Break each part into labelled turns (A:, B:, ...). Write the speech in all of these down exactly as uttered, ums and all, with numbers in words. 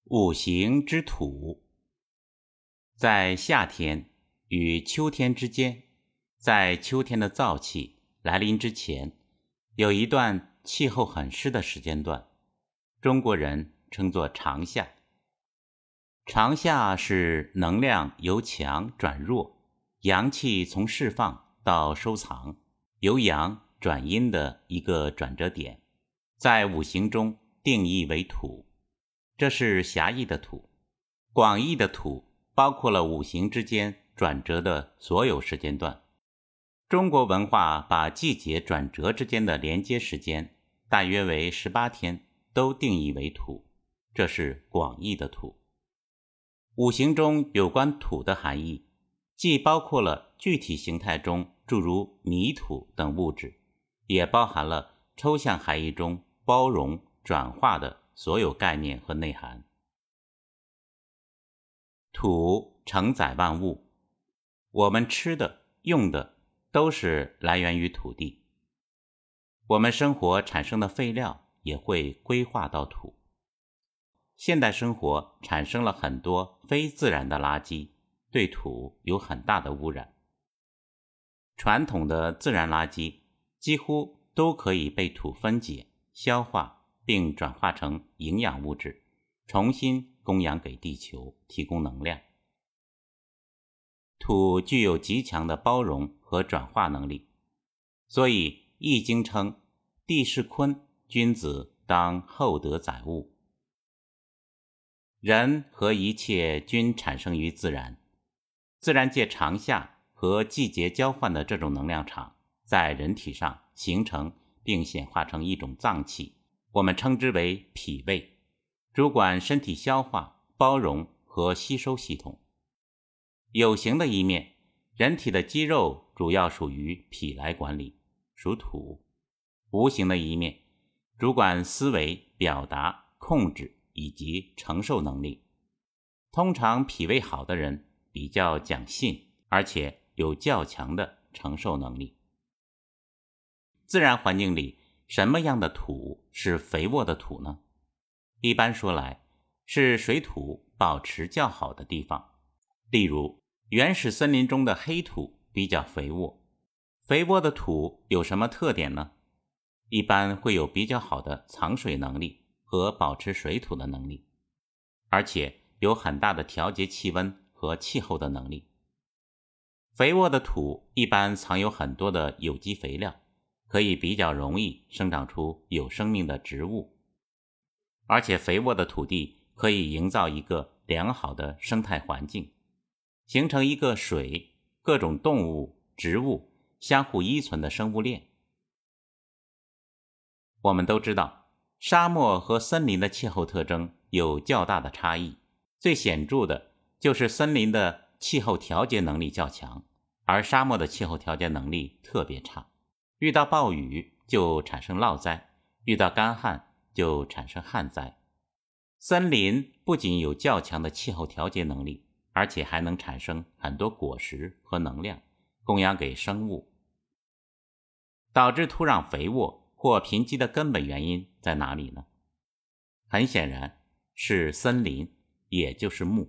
A: 五行之土。在夏天与秋天之间，在秋天的燥气来临之前，有一段气候很湿的时间段，中国人称作长夏。长夏是能量由强转弱，阳气从释放到收藏，由阳转阴的一个转折点，在五行中定义为土。这是狭义的土。广义的土包括了五行之间转折的所有时间段。中国文化把季节转折之间的连接时间大约为十八天都定义为土，这是广义的土。五行中有关土的含义，既包括了具体形态中诸如泥土等物质，也包含了抽象含义中包容转化的所有概念和内涵。土承载万物，我们吃的用的都是来源于土地，我们生活产生的废料也会归化到土。现代生活产生了很多非自然的垃圾，对土有很大的污染。传统的自然垃圾几乎都可以被土分解、消化并转化成营养物质，重新供养给地球，提供能量。土具有极强的包容和转化能力，所以《易经》称地势坤，君子当厚德载物。人和一切均产生于自然，自然界长夏和季节交换的这种能量场在人体上形成并显化成一种脏器，我们称之为脾胃，主管身体消化、包容和吸收系统。有形的一面，人体的肌肉主要属于脾来管理，属土；无形的一面，主管思维、表达、控制以及承受能力。通常脾胃好的人比较讲信，而且有较强的承受能力。自然环境里，什么样的土是肥沃的土呢？一般说来，是水土保持较好的地方。例如，原始森林中的黑土比较肥沃。肥沃的土有什么特点呢？一般会有比较好的藏水能力和保持水土的能力，而且有很大的调节气温和气候的能力。肥沃的土一般藏有很多的有机肥料，可以比较容易生长出有生命的植物，而且肥沃的土地可以营造一个良好的生态环境，形成一个水、各种动物、植物相互依存的生物链。我们都知道，沙漠和森林的气候特征有较大的差异，最显著的就是森林的气候调节能力较强，而沙漠的气候调节能力特别差。遇到暴雨就产生涝灾，遇到干旱就产生旱灾。森林不仅有较强的气候调节能力，而且还能产生很多果实和能量，供养给生物。导致土壤肥沃或贫瘠的根本原因在哪里呢？很显然是森林，也就是木。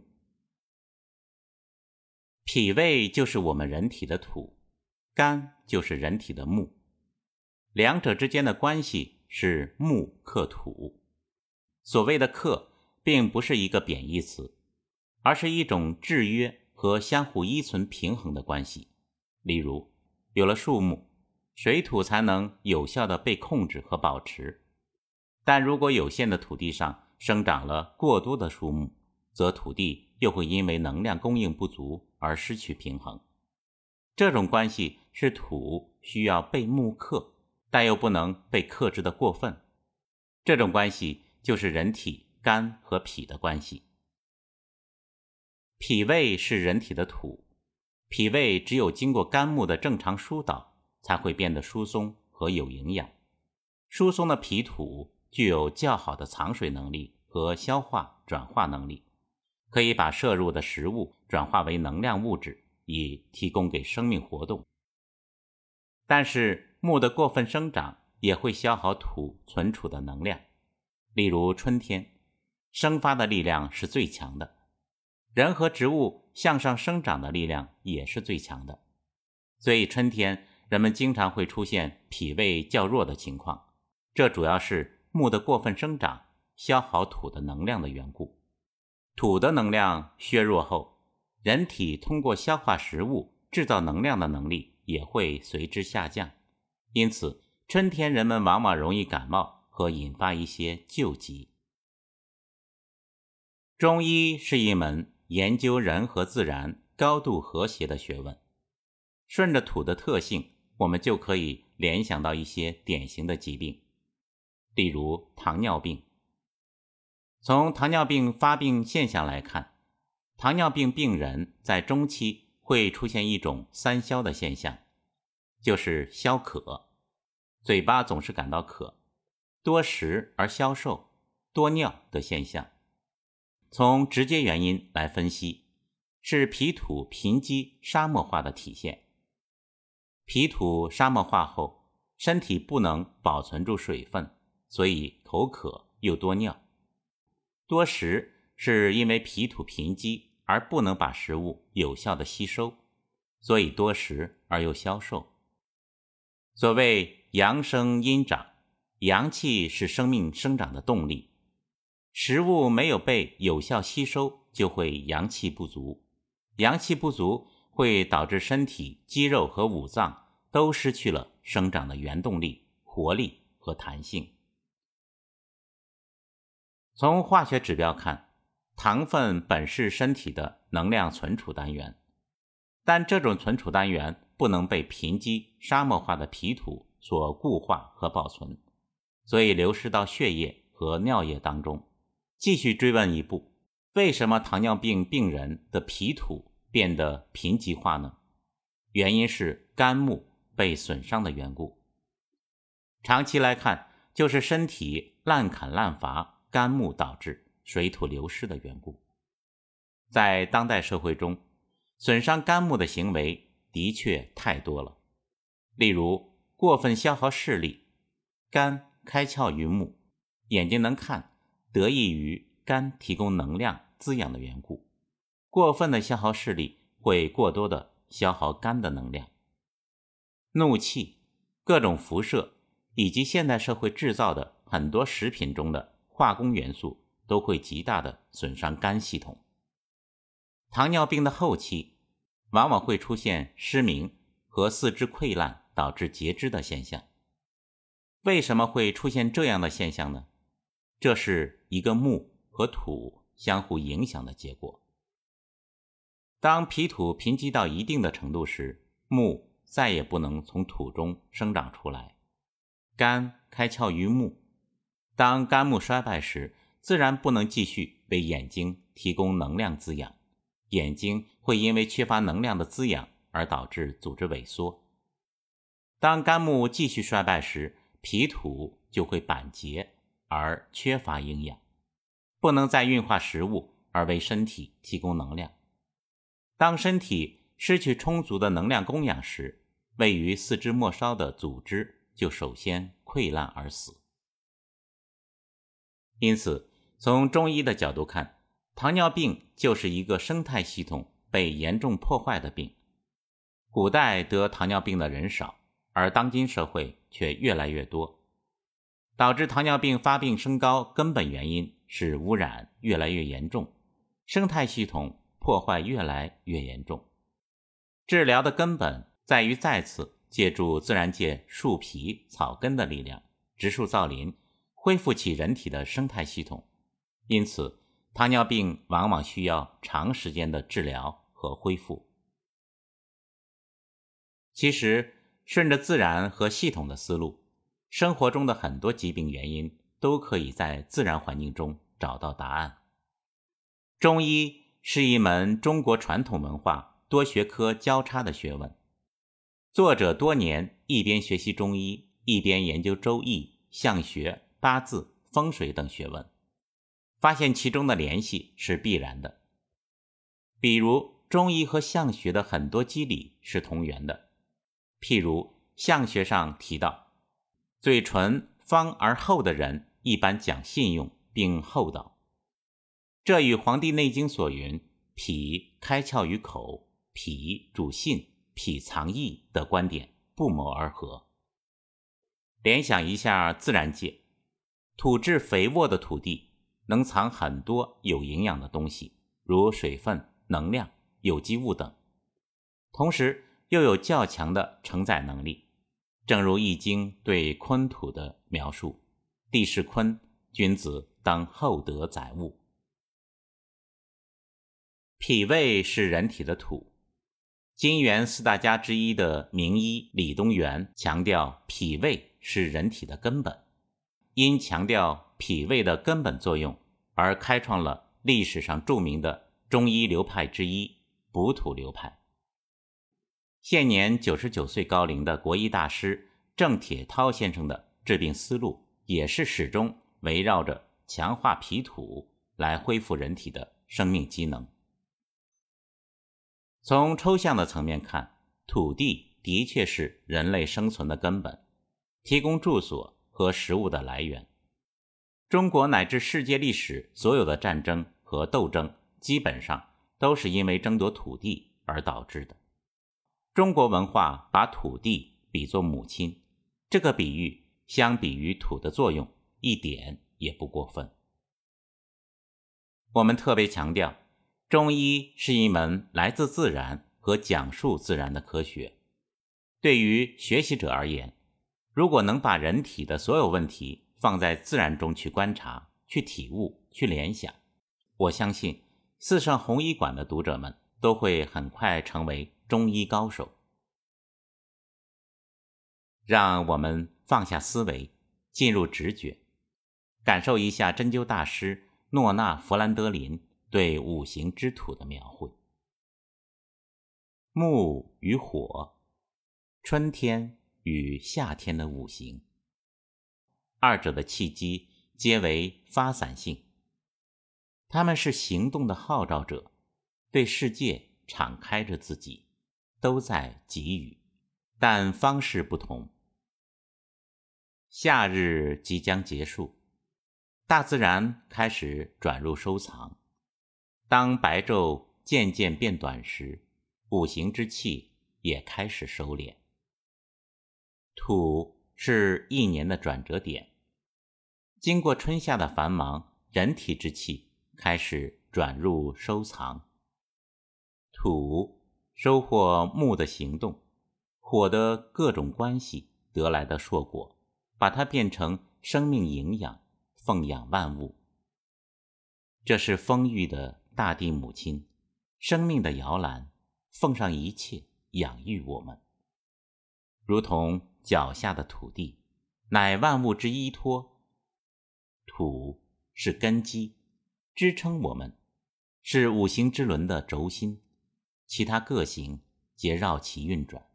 A: 脾胃就是我们人体的土，肝就是人体的木，两者之间的关系是木克土。所谓的克并不是一个贬义词，而是一种制约和相互依存平衡的关系。例如，有了树木，水土才能有效地被控制和保持。但如果有限的土地上生长了过多的树木，则土地又会因为能量供应不足而失去平衡。这种关系是土需要被木克，但又不能被克制的过分。这种关系就是人体肝和脾的关系。脾胃是人体的土，脾胃只有经过肝木的正常疏导，才会变得疏松和有营养。疏松的脾土具有较好的藏水能力和消化转化能力，可以把摄入的食物转化为能量物质，以提供给生命活动。但是木的过分生长也会消耗土存储的能量。例如春天， 生发的力量是最强的，人和植物向上生长的力量也是最强的。所以春天人们经常会出现脾胃较弱的情况，这主要是木的过分生长消耗土的能量的缘故。土的能量削弱后，人体通过消化食物制造能量的能力也会随之下降，因此春天人们往往容易感冒和引发一些旧疾。中医是一门研究人和自然高度和谐的学问，顺着土的特性，我们就可以联想到一些典型的疾病，例如糖尿病。从糖尿病发病现象来看，糖尿病病人在中期会出现一种三消的现象，就是消渴，嘴巴总是感到渴，多食而消瘦，多尿的现象。从直接原因来分析，是脾土贫瘠沙漠化的体现。脾土沙漠化后，身体不能保存住水分，所以口渴又多尿。多食是因为脾土贫瘠而不能把食物有效的吸收，所以多食而又消瘦。所谓阳生阴长，阳气是生命生长的动力，食物没有被有效吸收，就会阳气不足，阳气不足会导致身体肌肉和五脏都失去了生长的原动力、活力和弹性。从化学指标看，糖分本是身体的能量存储单元，但这种存储单元不能被贫瘠沙漠化的脾土所固化和保存，所以流失到血液和尿液当中。继续追问一步，为什么糖尿病病人的脾土变得贫瘠化呢？原因是肝木被损伤的缘故。长期来看，就是身体滥砍滥伐，肝木导致水土流失的缘故。在当代社会中，损伤肝木的行为的确太多了，例如过分消耗视力，肝开窍于目，眼睛能看得益于肝提供能量滋养的缘故，过分的消耗视力会过多的消耗肝的能量。怒气、各种辐射以及现代社会制造的很多食品中的化工元素都会极大的损伤肝系统。糖尿病的后期往往会出现失明和四肢溃烂导致截肢的现象。为什么会出现这样的现象呢？这是一个木和土相互影响的结果。当脾土贫瘠到一定的程度时，木再也不能从土中生长出来，肝开窍于目，当肝木衰败时，自然不能继续为眼睛提供能量滋养，眼睛会因为缺乏能量的滋养而导致组织萎缩。当肝木继续衰败时，脾土就会板结而缺乏营养，不能再运化食物而为身体提供能量。当身体失去充足的能量供养时，位于四肢末梢的组织就首先溃烂而死。因此，从中医的角度看，糖尿病就是一个生态系统被严重破坏的病。古代得糖尿病的人少，而当今社会却越来越多。导致糖尿病发病升高根本原因是污染越来越严重，生态系统破坏越来越严重。治疗的根本在于再次借助自然界树皮、草根的力量，植树造林，恢复起人体的生态系统。因此，糖尿病往往需要长时间的治疗和恢复。其实，顺着自然和系统的思路，生活中的很多疾病原因都可以在自然环境中找到答案。中医是一门中国传统文化多学科交叉的学问，作者多年一边学习中医，一边研究周易、相学、八字、风水等学问，发现其中的联系是必然的。比如中医和相学的很多机理是同源的，譬如相学上提到，嘴唇方而厚的人一般讲信用并厚道， 这与《黄帝内经》所云脾开窍于口，脾主信，脾藏意的观点不谋而合。联想一下自然界，土质肥沃的土地能藏很多有营养的东西，如水分、能量、有机物等，同时又有较强的承载能力。正如《易经》对坤土的描述，地势坤，君子当厚德载物。脾胃是人体的土，金元四大家之一的名医李东垣强调脾胃是人体的根本，因强调脾胃的根本作用而开创了历史上著名的中医流派之一补土流派。现年九十九岁高龄的国医大师郑铁涛先生的治病思路也是始终围绕着强化脾土来恢复人体的生命机能。从抽象的层面看，土地的确是人类生存的根本，提供住所和食物的来源。中国乃至世界历史所有的战争和斗争基本上都是因为争夺土地而导致的。中国文化把土地比作母亲，这个比喻相比于土的作用一点也不过分。我们特别强调，中医是一门来自自然和讲述自然的科学。对于学习者而言，如果能把人体的所有问题放在自然中去观察、去体悟、去联想，我相信四圣弘医馆的读者们都会很快成为中医高手。让我们放下思维，进入直觉，感受一下针灸大师诺纳·弗兰德林对五行之土的描绘。木与火，春天与夏天的五行，二者的气机皆为发散性，他们是行动的号召者，对世界敞开着自己，都在给予，但方式不同。夏日即将结束，大自然开始转入收藏。当白昼渐渐变短时，五行之气也开始收敛。土是一年的转折点，经过春夏的繁忙，人体之气开始转入收藏。土收获木的行动，火的各种关系得来的硕果，把它变成生命营养，奉养万物。这是丰裕的大地母亲，生命的摇篮，奉上一切养育我们。如同脚下的土地，乃万物之依托。土是根基，支撑我们，是五行之轮的轴心，其他各行皆绕其运转。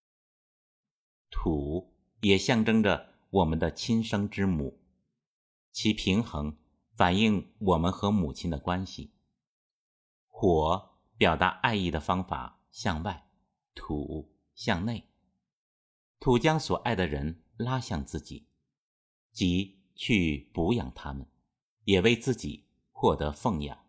A: 土也象征着我们的亲生之母，其平衡反映我们和母亲的关系。火表达爱意的方法向外，土向内。土将所爱的人拉向自己，即去哺养他们，也为自己获得奉养。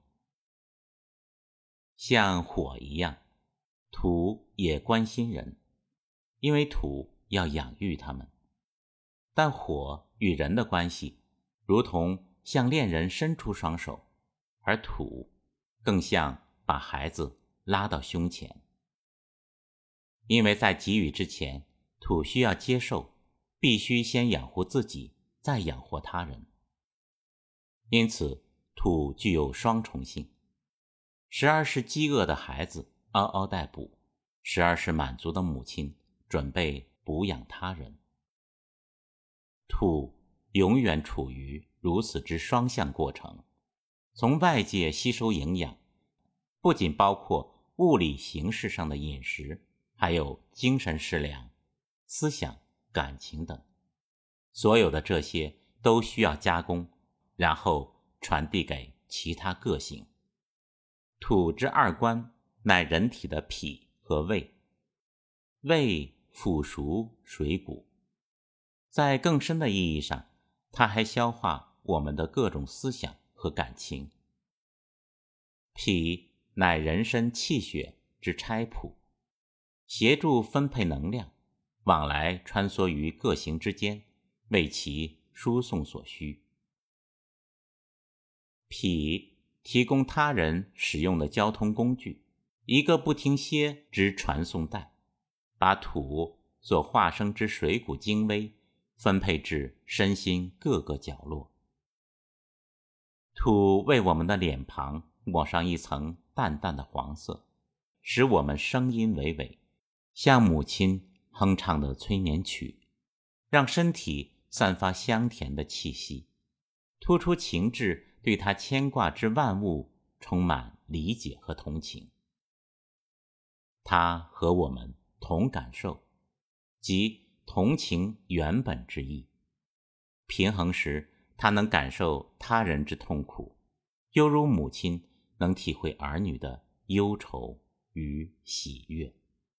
A: 像火一样，土也关心人，因为土要养育他们。但火与人的关系如同向恋人伸出双手，而土更像把孩子拉到胸前。因为在给予之前，土需要接受，必须先养活自己，再养活他人。因此土具有双重性，时而是饥饿的孩子嗷嗷待哺，时而是满足的母亲准备哺养他人。土永远处于如此之双向过程，从外界吸收营养，不仅包括物理形式上的饮食，还有精神食粮、思想、感情等，所有的这些都需要加工，然后传递给其他个性。土之二官乃人体的脾和胃，胃腐熟水谷，在更深的意义上，它还消化我们的各种思想和感情。 脾乃人身气血之差谱，协助分配能量，往来穿梭于各行之间，为其输送所需。脾提供他人使用的交通工具，一个不停歇之传送带，把土所化生之水谷精微分配至身心各个角落。土为我们的脸庞抹上一层淡淡的黄色，使我们声音娓娓，像母亲哼唱的催眠曲，让身体散发香甜的气息，突出情志对他牵挂之万物充满理解和同情。他和我们同感受，即同情原本之意。平衡时，他能感受他人之痛苦，犹如母亲能体会儿女的忧愁与喜悦。